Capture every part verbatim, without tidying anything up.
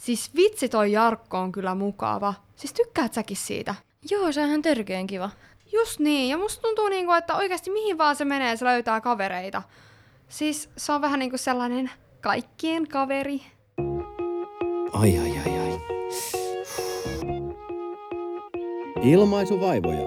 Siis vitsi toi Jarkko on kyllä mukava. Siis tykkäät säkin siitä? Joo, se on ihan törkeän kiva. Just niin, ja musta tuntuu niinku, että oikeasti mihin vaan se menee, se löytää kavereita. Siis se on vähän niinku sellainen kaikkien kaveri. Ai ai ai ai. Ilmaisuvaivoja.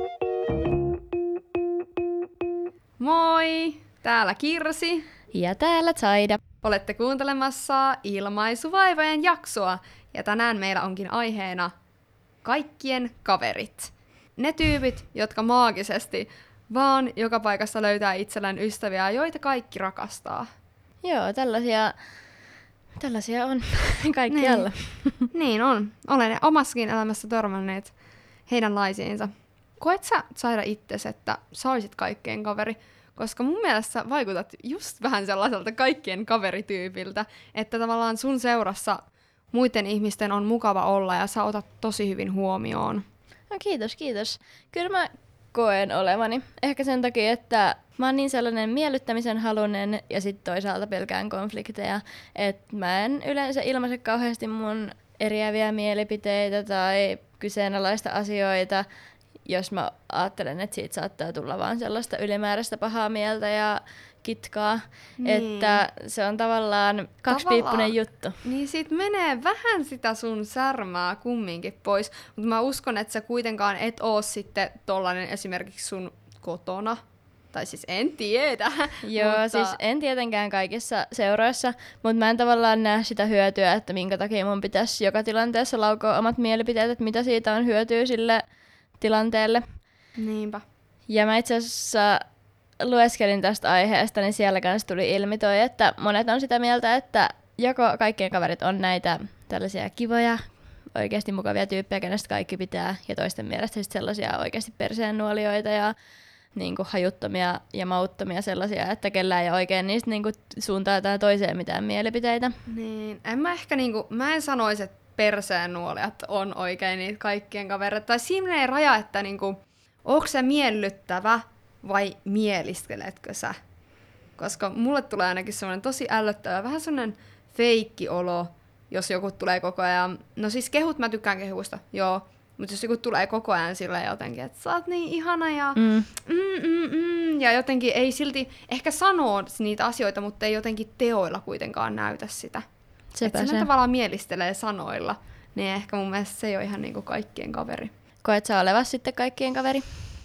Moi! Täällä Kirsi. Ja täällä Zaida. Olette kuuntelemassa Ilmaisuvaivojen jaksoa, ja tänään meillä onkin aiheena kaikkien kaverit. Ne tyypit, jotka maagisesti vaan joka paikassa löytää itselleen ystäviä, joita kaikki rakastaa. Joo, tällaisia, tällaisia on kaikkialla. Niin. niin on. Olen omassakin elämässä törmänneet heidänlaisiinsa. Koet sä, Zaida, itses, että sä olisit kaikkien kaveri? Koska mun mielestä vaikutat just vähän sellaiselta kaikkien kaverityypiltä, että tavallaan sun seurassa muiden ihmisten on mukava olla ja sä otat tosi hyvin huomioon. No kiitos, kiitos. Kyllä mä koen olevani. Ehkä sen takia, että mä oon niin sellainen miellyttämisen halunen ja sitten toisaalta pelkään konflikteja, että mä en yleensä ilmaise kauheasti mun eriäviä mielipiteitä tai kyseenalaista asioita, jos mä ajattelen, että siitä saattaa tulla vaan sellaista ylimääräistä pahaa mieltä ja kitkaa, niin. Että se on tavallaan kaksipiippunen juttu. Niin siitä menee vähän sitä sun särmää kumminkin pois, mutta mä uskon, että sä kuitenkaan et oo sitten tollanen esimerkiksi sun kotona. Tai siis en tiedä. Joo, mutta siis en tietenkään kaikissa seuroissa, mutta mä en tavallaan näe sitä hyötyä, että minkä takia mun pitäisi joka tilanteessa laukoa omat mielipiteet, että mitä siitä on hyötyä sille tilanteelle. Niinpä. Ja mä itse asiassa lueskelin tästä aiheesta, niin siellä kanssa tuli ilmi toi, että monet on sitä mieltä, että joko kaikkien kaverit on näitä tällaisia kivoja, oikeasti mukavia tyyppejä, kenestä kaikki pitää, ja toisten mielestä sitten sellaisia oikeasti perseennuolijoita ja niin kuin hajuttomia ja mauttomia sellaisia, että kellään ei oikein niistä niin kuin suuntaa tai toiseen mitään mielipiteitä. Niin, en mä ehkä niinku, mä en sanoisi, että perseennuolijat on oikein niitä kaikkien kavereita. Tai siinä ei raja, että niinku, onko se miellyttävä vai mieliskeletkö sä? Koska mulle tulee ainakin semmoinen tosi ällöttävä, vähän semmoinen feikki-olo, jos joku tulee koko ajan. No siis kehut, mä tykkään kehuista, joo. Mutta jos joku tulee koko ajan silleen jotenkin, että sä oot niin ihana ja mm. Mm, mm, mm, ja jotenkin ei silti ehkä sanoo niitä asioita, mutta ei jotenkin teoilla kuitenkaan näytä sitä. Että se tavallaan mielistelee sanoilla, niin ehkä mun mielestä se ei ole ihan niinku kaikkien kaveri. Koet sä olevas sitten kaikkien kaveri?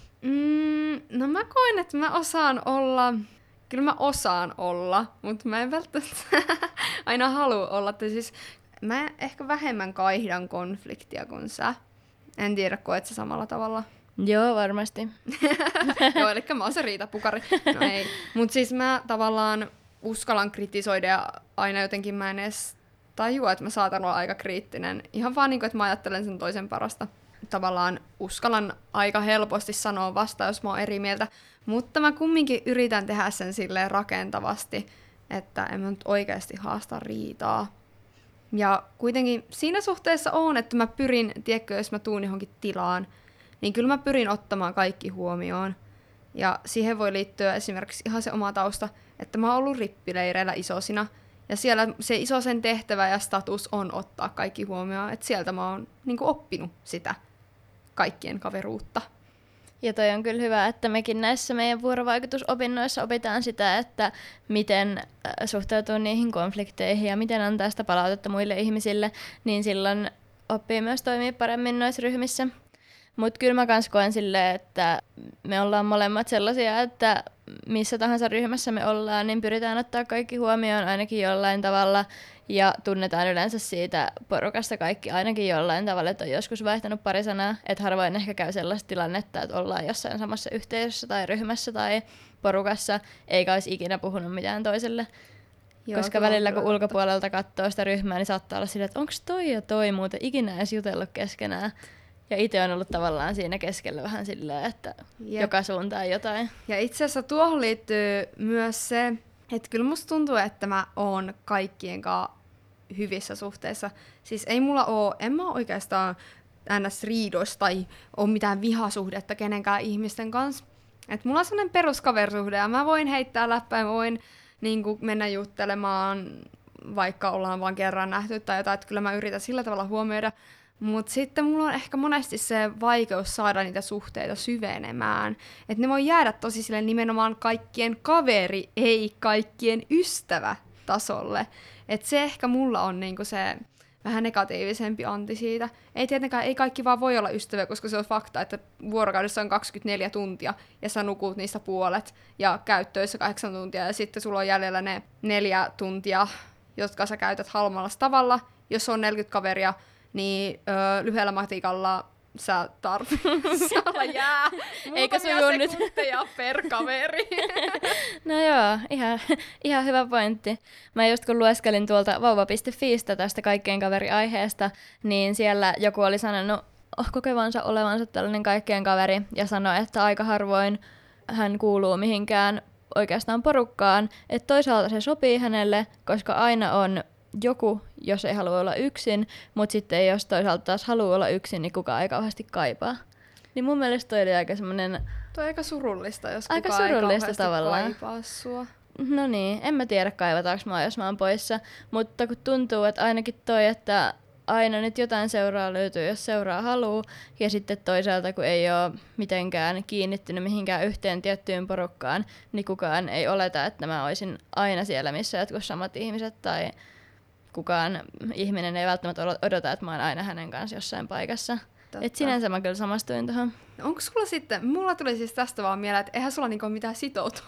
Mm, no mä koen, että mä osaan olla, kyllä mä osaan olla, mutta mä en välttämättä aina halua olla. Tai siis mä ehkä vähemmän kaihdan konfliktia kuin sä. En tiedä, koet sä samalla tavalla. Joo, varmasti. Joo, eli mä oon se riitapukari. No ei. Mut siis mä tavallaan uskallan kritisoida ja aina jotenkin mä en edes tajua, että mä saatan olla aika kriittinen. Ihan vaan niin kuin, että mä ajattelen sen toisen parasta. Tavallaan uskallan aika helposti sanoa vasta, jos mä oon eri mieltä. Mutta mä kumminkin yritän tehdä sen silleen rakentavasti, että en mä nyt oikeasti haasta riitaa. Ja kuitenkin siinä suhteessa on, että mä pyrin, tiedätkö, jos mä tuun johonkin tilaan, niin kyllä mä pyrin ottamaan kaikki huomioon. Ja siihen voi liittyä esimerkiksi ihan se oma tausta, että mä oon ollut rippileireillä isosina, ja siellä se isosen tehtävä ja status on ottaa kaikki huomioon, että sieltä mä oon niin kuin oppinut sitä kaikkien kaveruutta. Ja toi on kyllä hyvä, että mekin näissä meidän vuorovaikutusopinnoissa opitaan sitä, että miten suhtautuu niihin konflikteihin ja miten antaa sitä palautetta muille ihmisille, niin silloin oppii myös toimia paremmin noissa ryhmissä. Mutta kyllä mä kans koen silleen, että me ollaan molemmat sellaisia, että missä tahansa ryhmässä me ollaan, niin pyritään ottaa kaikki huomioon ainakin jollain tavalla ja tunnetaan yleensä siitä porukasta kaikki ainakin jollain tavalla, että on joskus vaihtanut pari sanaa, että harvoin ehkä käy sellaista tilannetta, että ollaan jossain samassa yhteisössä tai ryhmässä tai porukassa, eikä olisi ikinä puhunut mitään toiselle. Joo, koska välillä kun ulkopuolelta katsoo sitä ryhmää, niin saattaa olla silleen, että onko toi ja toi muuten ikinä edes jutellut keskenään. Ja itse on ollut tavallaan siinä keskellä vähän silleen, että Jep. joka suuntaan jotain. Ja itse asiassa tuohon liittyy myös se, että kyllä musta tuntuu, että mä oon kaikkien kanssa hyvissä suhteissa. Siis ei mulla oo, en mä oikeastaan ns. Riidoista tai oo mitään vihasuhdetta kenenkään ihmisten kanssa. Että mulla on sellainen peruskaverisuhde ja mä voin heittää läppää, mä voin niin kuin mennä juttelemaan vaikka ollaan vaan kerran nähty tai jotain, että kyllä mä yritän sillä tavalla huomioida. Mutta sitten mulla on ehkä monesti se vaikeus saada niitä suhteita syvenemään. Että ne voi jäädä tosi sille nimenomaan kaikkien kaveri, ei kaikkien ystävä tasolle. Että se ehkä mulla on niinku se vähän negatiivisempi anti siitä. Ei tietenkään, ei kaikki vaan voi olla ystäviä, koska se on fakta, että vuorokaudessa on kaksikymmentäneljä tuntia ja sä nukut niistä puolet ja käyt töissä kahdeksan tuntia ja sitten sulla on jäljellä ne neljä tuntia, jotka sä käytät halmalla tavalla. Jos on neljäkymmentä kaveria, niin öö, lyhyellä matikalla sä tarvitset olla jää Eikä muutamia nyt? sekunteja per kaveri. No joo, ihan, ihan hyvä pointti. Mä just kun lueskelin tuolta vauva piste fiistä tästä kaikkien kaveri-aiheesta, niin siellä joku oli sanonut kokevansa olevansa tällainen kaikkien kaveri ja sanoi, että aika harvoin hän kuuluu mihinkään oikeastaan porukkaan, että toisaalta se sopii hänelle, koska aina on joku, jos ei halua olla yksin, mutta sitten jos toisaalta taas haluaa olla yksin, niin kukaan ei kauheasti kaipaa. Niin mun mielestä toi oli aika semmoinen... Tuo on aika surullista, jos aika kukaan surullista ei tavallaan. kaipaa sua. No niin, en mä tiedä kaivataanko mä, jos mä oon poissa, mutta kun tuntuu, että ainakin toi, että aina nyt jotain seuraa löytyy, jos seuraa haluu, ja sitten toisaalta, kun ei ole mitenkään kiinnittynyt mihinkään yhteen tiettyyn porukkaan, niin kukaan ei oleta, että mä olisin aina siellä, missä jotkut samat ihmiset, tai kukaan ihminen ei välttämättä odota, että mä oon aina hänen kanssa jossain paikassa. Totta. Et sinänsä mä kyllä samastuin tuohon. No onko sulla sitten, mulla tuli siis tästä vaan mieleen, että eihän sulla niinku mitään sitoutu,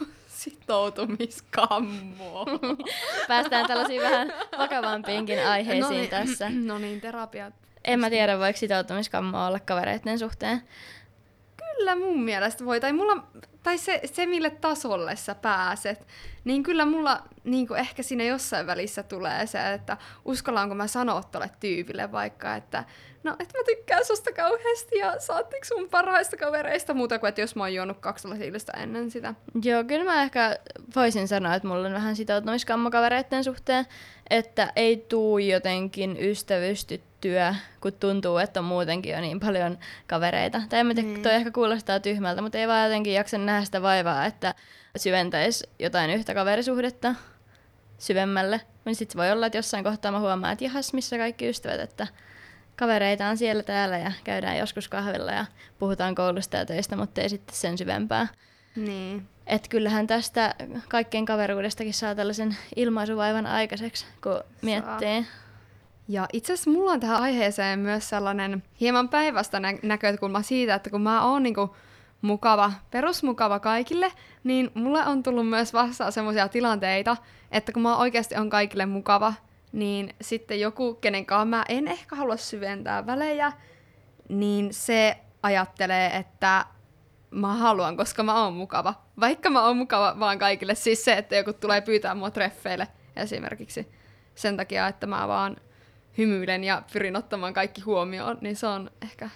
sitoutumiskammoa. Päästään tällaisiin vähän vakavampiinkin aiheisiin no niin, tässä. No niin, terapia. En mä tiedä, voiko sitoutumiskammoa olla kavereiden suhteen. Kyllä mun mielestä voi, tai, mulla, tai se, se mille tasolle sä pääset, niin kyllä mulla niin ehkä siinä jossain välissä tulee se, että uskallanko mä sanoa tolle tyypille vaikka, että no, et mä tykkään susta kauheasti ja saatteko sun parhaista kavereista muuta kuin, että jos mä oon juonut kaksi lasillista ennen sitä. Joo, kyllä mä ehkä voisin sanoa, että mulla on vähän sitoutumiskammo kavereiden suhteen, että ei tuu jotenkin ystävystyttyä, kun tuntuu, että on muutenkin jo niin paljon kavereita. Tai en mä tiedä, mm. toi ehkä kuulostaa tyhmältä, mutta ei vaan jotenkin jaksa nähdä sitä vaivaa, että syventäisi jotain yhtä kaverisuhdetta syvemmälle. Sitten voi olla, että jossain kohtaa mä huomaan, että jahas, missä kaikki ystävät, että kavereita on siellä täällä ja käydään joskus kahvilla ja puhutaan koulusta ja töistä, mutta ei sitten sen syvempää. Niin. Et kyllähän tästä kaikkien kaveruudestakin saa tällaisen ilmaisuvaivan aikaiseksi, kun miettii. Ja itse asiassa mulla on tähän aiheeseen myös sellainen hieman päivästä nä- näkökulma siitä, että kun mä oon niinku mukava, perusmukava kaikille, niin mulle on tullut myös vastaan semmoisia tilanteita, että kun mä oikeasti on kaikille mukava, niin sitten joku, kenenkaan mä en ehkä halua syventää välejä, niin se ajattelee, että mä haluan, koska mä oon mukava. Vaikka mä oon mukava vaan kaikille. Siis se, että joku tulee pyytää mua treffeille esimerkiksi sen takia, että mä vaan hymyilen ja pyrin ottamaan kaikki huomioon, niin se on ehkä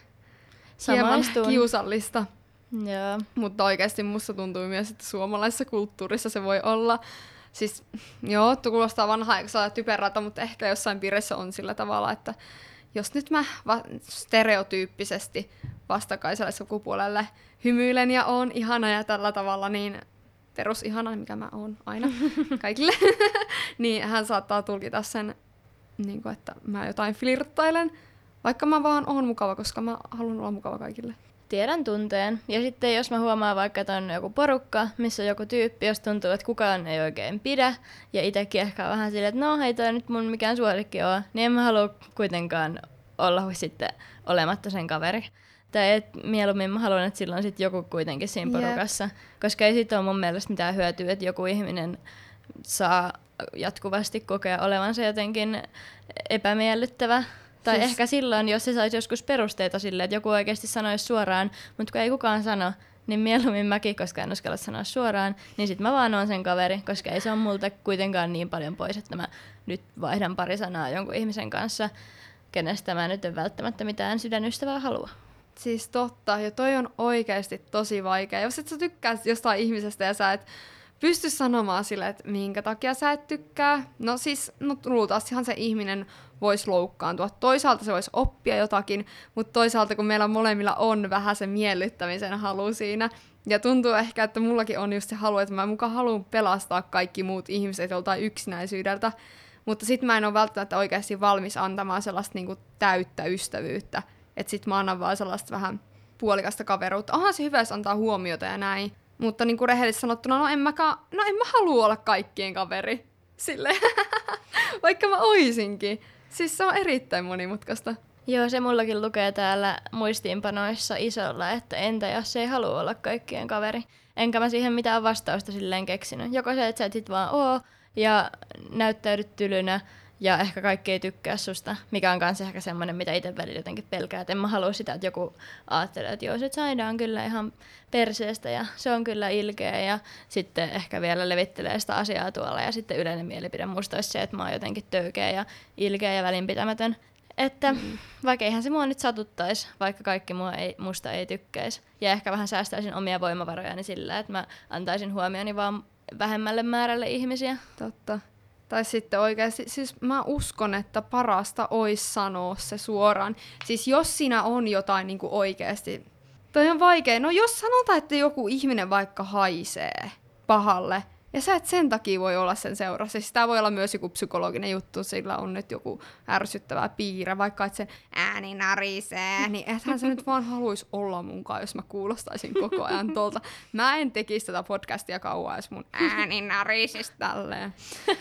hieman kiusallista. Joo. Mutta oikeasti musta tuntuu myös, että suomalaisessa kulttuurissa se voi olla. Siis joo, kuulostaa vanhaa typerältä, mutta ehkä jossain piirissä on sillä tavalla, että jos nyt mä va- stereotyyppisesti vastakkaiselle sukupuolelle hymyilen ja oon ihana ja tällä tavalla, niin perusihana, mikä mä oon aina kaikille, niin hän saattaa tulkita sen, niin kuin, että mä jotain flirttailen, vaikka mä vaan oon mukava, koska mä haluan olla mukava kaikille. Tiedän tunteen. Ja sitten jos mä huomaan vaikka, että on joku porukka, missä on joku tyyppi, jos tuntuu, että kukaan ei oikein pidä, ja itsekin ehkä vähän silleen, että no ei toi nyt mun mikään suosikki ole, niin en mä halua kuitenkaan olla sitten olematta sen kaveri. Tai et mieluummin mä haluan, että sillä on sit joku kuitenkin siinä porukassa, yep. Koska ei siitä ole mun mielestä mitään hyötyä, että joku ihminen saa jatkuvasti kokea olevansa jotenkin epämiellyttävä. Tai siis ehkä silloin, jos se saisi joskus perusteita silleen, että joku oikeasti sanoisi suoraan, mutta kun ei kukaan sano, niin mieluummin mäkin, koska en uskalla sanoa suoraan, niin sit mä vaan oon sen kaveri, koska ei se ole multa kuitenkaan niin paljon pois, että mä nyt vaihdan pari sanaa jonkun ihmisen kanssa, kenestä mä nyt en välttämättä mitään sydänystävää halua. Siis totta, ja toi on oikeasti tosi vaikea. Jos et sä tykkää jostain ihmisestä ja sä et pysty sanomaan sille, että minkä takia sä et tykkää, no siis no, luultavastihan se ihminen voisi loukkaantua. Toisaalta se voisi oppia jotakin, mutta toisaalta kun meillä molemmilla on vähän se miellyttämisen halu siinä, ja tuntuu ehkä, että mullakin on just se halu, että mä mukaan haluan pelastaa kaikki muut ihmiset joltain yksinäisyydeltä, mutta sit mä en ole välttämättä oikeasti valmis antamaan sellaista niinku täyttä ystävyyttä. Että sit mä annan vaan sellaista vähän puolikasta kaveruutta. Onhan se hyvä, jos antaa huomiota ja näin. Mutta niinku rehellisesti sanottuna, no en mä, ka- no en mä halua olla kaikkien kaveri. Silleen, vaikka mä oisinkin. Siis se on erittäin monimutkaista. Joo, se mullakin lukee täällä muistiinpanoissa isolla, että entä jos ei halua olla kaikkien kaveri. Enkä mä siihen mitään vastausta silleen keksinyt. Joko se, että sä et sit vaan oo ja näyttäydyt tylynä ja ehkä kaikki ei tykkää susta, mikä on kanssa ehkä semmoinen, mitä itse välillä jotenkin pelkää. Et en mä halua sitä, että joku ajattelee, että joo, se Zaida on kyllä ihan perseestä ja se on kyllä ilkeä ja sitten ehkä vielä levittelee sitä asiaa tuolla ja sitten yleinen mielipide musta olisi se, että mä oon jotenkin töykeä ja ilkeä ja välinpitämätön. Että mm. vaikka eihän se mua nyt satuttaisi, vaikka kaikki mua ei, musta ei tykkäisi. Ja ehkä vähän säästäisin omia voimavarojani sillä, että mä antaisin huomioni vaan vähemmälle määrälle ihmisiä. Totta. Tai sitten oikeasti, siis mä uskon, että parasta olisi sanoa se suoraan. Siis jos siinä on jotain niin kuin oikeasti, toi on vaikea. No jos sanotaan, että joku ihminen vaikka haisee pahalle, ja sä et sen takia voi olla sen seurassa. Siis tämä voi olla myös joku psykologinen juttu, sillä on nyt joku ärsyttävä piirre, vaikka että sen ääni narisee, niin ethän se nyt vaan haluaisi olla munkaan, jos mä kuulostaisin koko ajan tuolta. Mä en tekisi tätä podcastia kauan, jos mun ääni narisisi tälleen.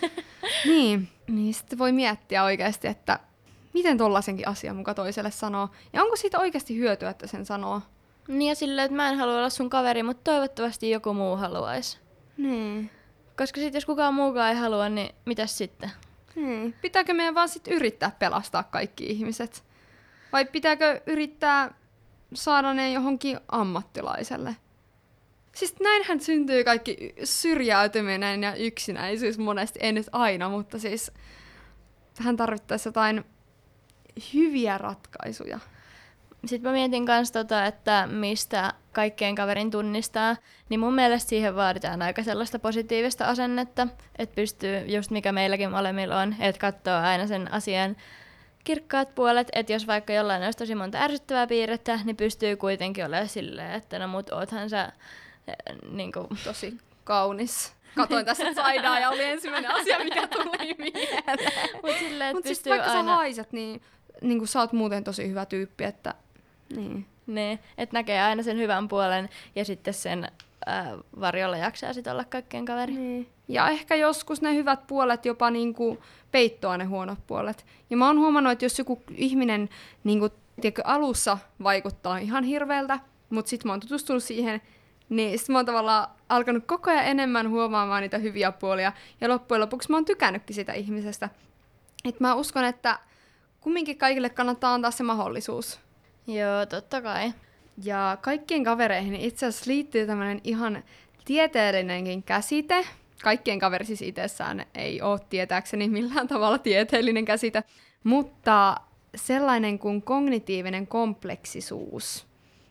niin, niin sitten voi miettiä oikeasti, että miten tollaisenkin asian muka toiselle sanoo. Ja onko siitä oikeasti hyötyä, että sen sanoo? Niin ja silleen, että mä en halua olla sun kaveri, mutta toivottavasti joku muu haluaisi. Niin. Koska sit jos kukaan muukaan ei halua, niin mitäs sitten? Hmm. Pitääkö meidän vaan sit yrittää pelastaa kaikki ihmiset? Vai pitääkö yrittää saada ne johonkin ammattilaiselle? Siis näinhän syntyy kaikki syrjäytyminen ja yksinäisyys monesti, ei nyt aina, mutta siis tähän tarvittaisiin jotain hyviä ratkaisuja. Sitten mä mietin myös, tota, että mistä kaikkien kaverin tunnistaa, niin mun mielestä siihen vaaditaan aika sellaista positiivista asennetta, että pystyy, just mikä meilläkin molemmilla on, että katsoo aina sen asian kirkkaat puolet, että jos vaikka jollain olisi tosi monta ärsyttävää piirrettä, niin pystyy kuitenkin olemaan silleen, että no mut oothan sä niin kuin tosi kaunis. Katoin tässä Zaidaa ja oli ensimmäinen asia, mikä tuli mieleen. Mut silleen, että Mut pystyy siis vaikka aina... sä haiset, niin, niin kuin sä oot muuten tosi hyvä tyyppi, että niin. Ne, että näkee aina sen hyvän puolen ja sitten sen ää, varjolla jaksaa sit olla kaikkien kaveri. Niin. Ja ehkä joskus ne hyvät puolet jopa niinku peittoa ne huonot puolet. Ja mä oon huomannut, että jos joku ihminen niinku, tiedätkö, alussa vaikuttaa ihan hirveältä, mutta sit mä oon tutustunut siihen, niin sit mä oon tavallaan alkanut koko ajan enemmän huomaamaan niitä hyviä puolia. Ja loppujen lopuksi mä oon tykännytkin sitä ihmisestä. Et mä uskon, että kumminkin kaikille kannattaa antaa se mahdollisuus. Joo, totta kai. Ja kaikkien kavereihin itse asiassa liittyy tämmöinen ihan tieteellinenkin käsite. Kaikkien kaveri siis itsessään ei ole tietääkseni millään tavalla tieteellinen käsite, mutta sellainen kuin kognitiivinen kompleksisuus,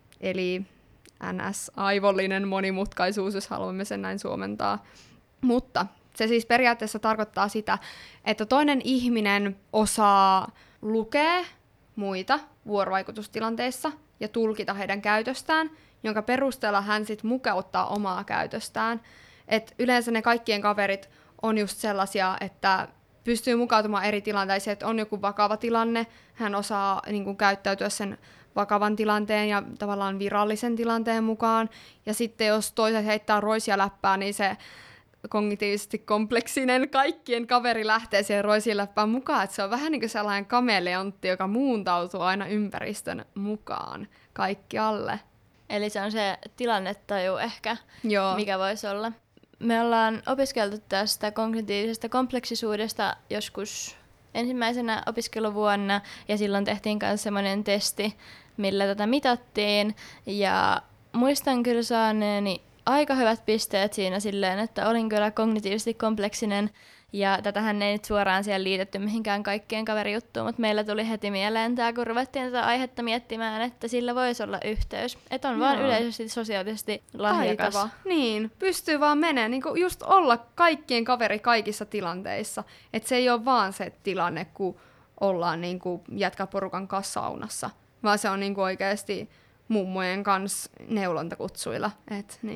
eli ns-aivollinen monimutkaisuus, jos haluamme sen näin suomentaa. Mutta se siis periaatteessa tarkoittaa sitä, että toinen ihminen osaa lukea muita vuorovaikutustilanteissa ja tulkita heidän käytöstään, jonka perusteella hän sitten mukauttaa omaa käytöstään. Et yleensä ne kaikkien kaverit on just sellaisia, että pystyy mukautumaan eri tilanteisiin, että on joku vakava tilanne, hän osaa niin kuin, käyttäytyä sen vakavan tilanteen ja tavallaan virallisen tilanteen mukaan. Ja sitten jos toiset heittää roisia läppää, niin se kognitiivisesti kompleksinen kaikkien kaveri lähtee siihen roisiin läppään mukaan. Et se on vähän niin kuin sellainen kameleontti, joka muuntautuu aina ympäristön mukaan kaikkialle. Eli se on se tilannetaju ehkä, Joo. mikä voisi olla. Me ollaan opiskeltu tästä kognitiivisesta kompleksisuudesta joskus ensimmäisenä opiskeluvuonna, ja silloin tehtiin myös semmoinen testi, millä tätä mitattiin, ja muistan kyllä saaneeni aika hyvät pisteet siinä silleen, että olin kyllä kognitiivisesti kompleksinen, ja tätähän ei nyt suoraan siellä liitetty mihinkään kaikkien kaverijuttuun, mutta meillä tuli heti mieleen tämä, kun ruvettiin tätä aihetta miettimään, että sillä voisi olla yhteys. Että on Joo. vaan yleisesti sosiaalisesti lahjakas. Taitava. Niin, pystyy vaan menemään, niin just olla kaikkien kaveri kaikissa tilanteissa. Että se ei ole vaan se tilanne, kun ollaan niin kuin jätkäporukan kanssa saunassa, vaan se on niin kuin oikeasti mummojen kanssa neulontakutsuilla. Että niin kuin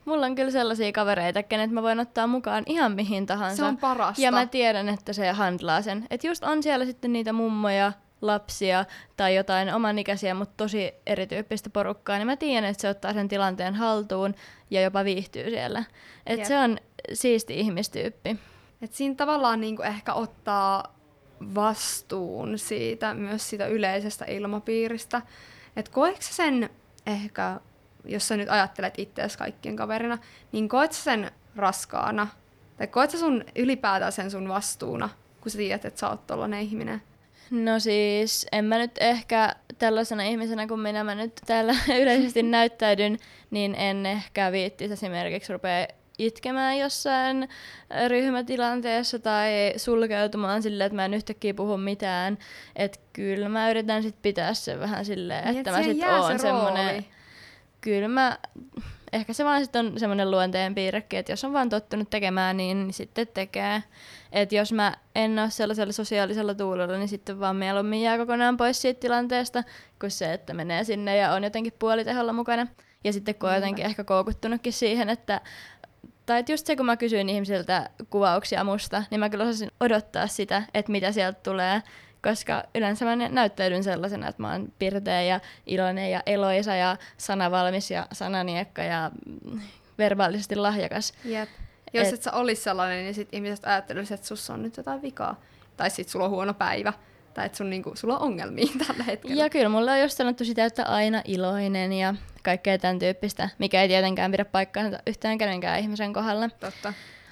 Mulla on kyllä sellaisia kavereita, kenet mä voin ottaa mukaan ihan mihin tahansa. Se on parasta. Ja mä tiedän, että se handlaa sen. Että just on siellä sitten niitä mummoja, lapsia tai jotain omanikäisiä, mutta tosi erityyppistä porukkaa, niin mä tiedän, että se ottaa sen tilanteen haltuun ja jopa viihtyy siellä. Että se on siisti ihmistyyppi. Et siinä tavallaan niinku ehkä ottaa vastuun siitä, myös siitä yleisestä ilmapiiristä. Et koetko sä sen ehkä, jos sä nyt ajattelet itseäsi kaikkien kaverina, niin koet sä sen raskaana? Tai koet sä sun ylipäätään sen sun vastuuna, kun sä tiedät, että sä oot tollanen ihminen? No siis, en mä nyt ehkä tällaisena ihmisenä, kun minä mä nyt täällä yleisesti näyttäydyn, niin en ehkä viittisi esimerkiksi rupea itkemään jossain ryhmätilanteessa tai sulkeutumaan silleen, että mä en yhtäkkiä puhu mitään. Että kyllä mä yritän sit pitää sen vähän silleen, niin, että et mä sit jää oon se semmonen... rooli. Kyllä mä... Ehkä se vaan sit on semmoinen luonteen piirrekin, että jos on vaan tottunut tekemään niin, niin sitten tekee. Että jos mä en ole sellaisella sosiaalisella tuulella, niin sitten vaan mieluummin jää kokonaan pois siitä tilanteesta, kuin se, että menee sinne ja on jotenkin puoliteholla mukana. Ja sitten kun on jotenkin ehkä koukuttunutkin siihen, että... Tai että just se, kun mä kysyin ihmisiltä kuvauksia musta, niin mä kyllä osasin odottaa sitä, että mitä sieltä tulee. Koska yleensä mä näyttäydyn sellaisena, että mä oon pirteä ja iloinen ja eloisa ja sanavalmis ja sananiekka ja verbaalisesti lahjakas. Jep. Jos Et- et sä olis sellainen, niin sit ihmiset ajattelisivat, että sussa on nyt jotain vikaa. Tai sit sulla on huono päivä. Tai että sun, niinku, sulla on ongelmia tällä hetkellä. Ja kyllä mulla on just sanottu sitä, että aina iloinen ja kaikkea tämän tyyppistä, mikä ei tietenkään pidä paikkaansa yhtään kenenkään ihmisen kohdalla. Totta.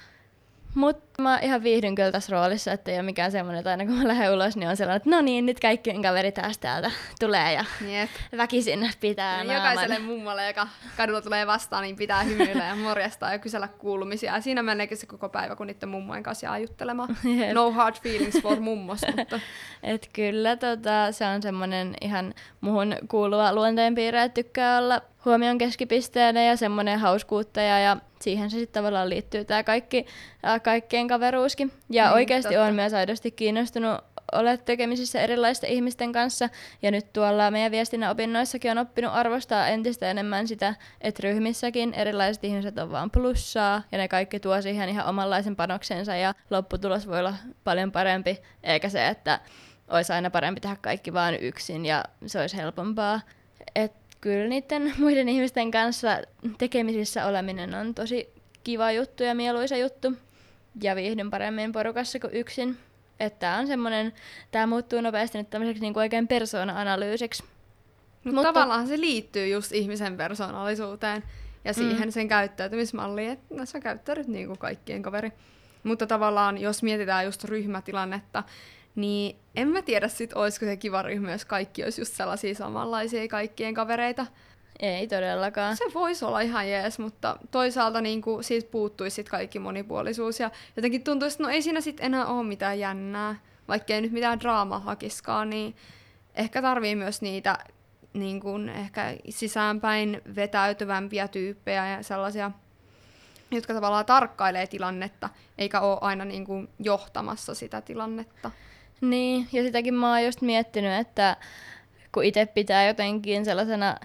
Mutta mä ihan viihdyn kyllä tässä roolissa, että ei ole mikään semmoinen, että aina kun mä lähden ulos, niin on sellainen, että no niin, nyt kaikkien kaveri taas täältä tulee ja Jep. väkisin pitää Ja naaman. jokaiselle mummolle, joka kadulla tulee vastaan, niin pitää hymyillä ja morjestaa ja kysellä kuulumisia. Ja siinä meneekin se koko päivä, kun niiden mummojen kanssa jää juttelemaan. Jep. No hard feelings for mummos, mutta Et kyllä tota, se on semmoinen ihan muhun kuuluva luonteenpiirre, että tykkää olla huomion keskipisteenä ja semmoinen hauskuuttaja ja siihen se sitten tavallaan liittyy tämä kaikki, äh, kaikkien kaveruuskin. Ja Niin, oikeasti totta. olen myös aidosti kiinnostunut olla tekemisissä erilaisten ihmisten kanssa. Ja nyt tuolla meidän viestinnän opinnoissakin on oppinut arvostaa entistä enemmän sitä, että ryhmissäkin erilaiset ihmiset on vaan plussaa ja ne kaikki tuo siihen ihan omanlaisen panoksensa ja lopputulos voi olla paljon parempi, eikä se, että olisi aina parempi tehdä kaikki vaan yksin ja se olisi helpompaa. Et kyllä niiden muiden ihmisten kanssa tekemisissä oleminen on tosi kiva juttu ja mieluisa juttu. Ja viihdyn paremmin porukassa kuin yksin. Että tää on semmonen, tää muuttuu nopeasti nyt tämmöiseksi niinku oikein persoona-analyysiksi. Mutta Mutta- tavallaan se liittyy just ihmisen persoonallisuuteen ja siihen Mm. sen käyttäytymismalliin, että no, sä käyttäydyt niin kuin kaikkien kaveri. Mutta tavallaan, jos mietitään just ryhmätilannetta, niin en mä tiedä sit, olisiko se kiva ryhmä, jos kaikki olisi just sellaisia samanlaisia kaikkien kavereita. Ei todellakaan. Se voisi olla ihan jees, mutta toisaalta niin kuin, siitä puuttuisi sit kaikki monipuolisuus ja jotenkin tuntuisi, että no ei siinä sit enää ole mitään jännää, vaikka ei nyt mitään draamaa hakiskaan, niin ehkä tarvii myös niitä niin kuin, ehkä sisäänpäin vetäytyvämpiä tyyppejä ja sellaisia, jotka tavallaan tarkkailee tilannetta, eikä ole aina niin kuin, johtamassa sitä tilannetta. Niin, ja sitäkin mä oon just miettinyt, että kun itse pitää jotenkin sellaisena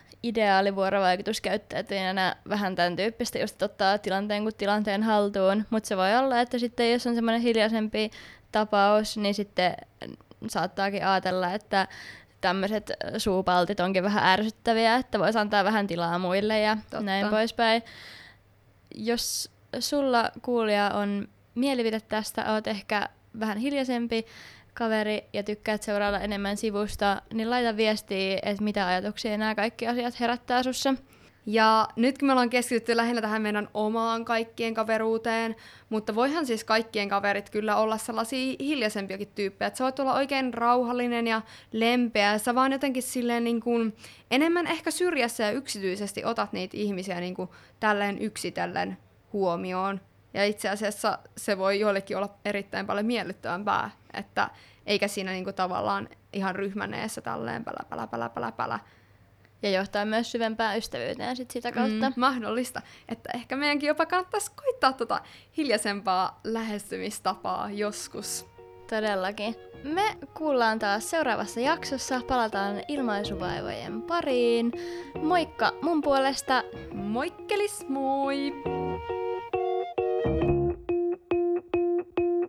ideaalivuorovaikutuskäyttäjänä vähän tämän tyyppistä, just ottaa tilanteen kuin tilanteen haltuun, mutta se voi olla, että sitten jos on semmoinen hiljaisempi tapaus, niin sitten saattaakin ajatella, että tämmöiset suupaltit onkin vähän ärsyttäviä, että voisi antaa vähän tilaa muille ja Totta. näin poispäin. Jos sulla kuulija on mielipide tästä, oot ehkä vähän hiljaisempi kaveri ja tykkäät seurailla enemmän sivusta, niin laita viestiä, että mitä ajatuksia nämä kaikki asiat herättää sussa. Ja nyt kun me ollaan keskitytty lähinnä tähän meidän omaan kaikkien kaveruuteen, mutta voihan siis kaikkien kaverit kyllä olla sellaisia hiljaisempiakin tyyppejä, että sä voit olla oikein rauhallinen ja lempeä, ja sä vaan jotenkin silleen niin kuin enemmän ehkä syrjässä ja yksityisesti otat niitä ihmisiä niin kuin tälleen yksitellen huomioon. Ja itse asiassa se voi joillekin olla erittäin paljon miellyttävämpää, että eikä siinä niin kuin tavallaan ihan ryhmäneessä tälleen pälä, pälä, pälä, pälä, pälä. Ja johtaa myös syvempään ystävyyteen sit sitä kautta. Mm, mahdollista. Että ehkä meidänkin jopa kannattaisi koittaa tota hiljaisempaa lähestymistapaa joskus. Todellakin. Me kuullaan taas seuraavassa jaksossa. Palataan ilmaisuvaivojen pariin. Moikka mun puolesta. Moikkelis, moi!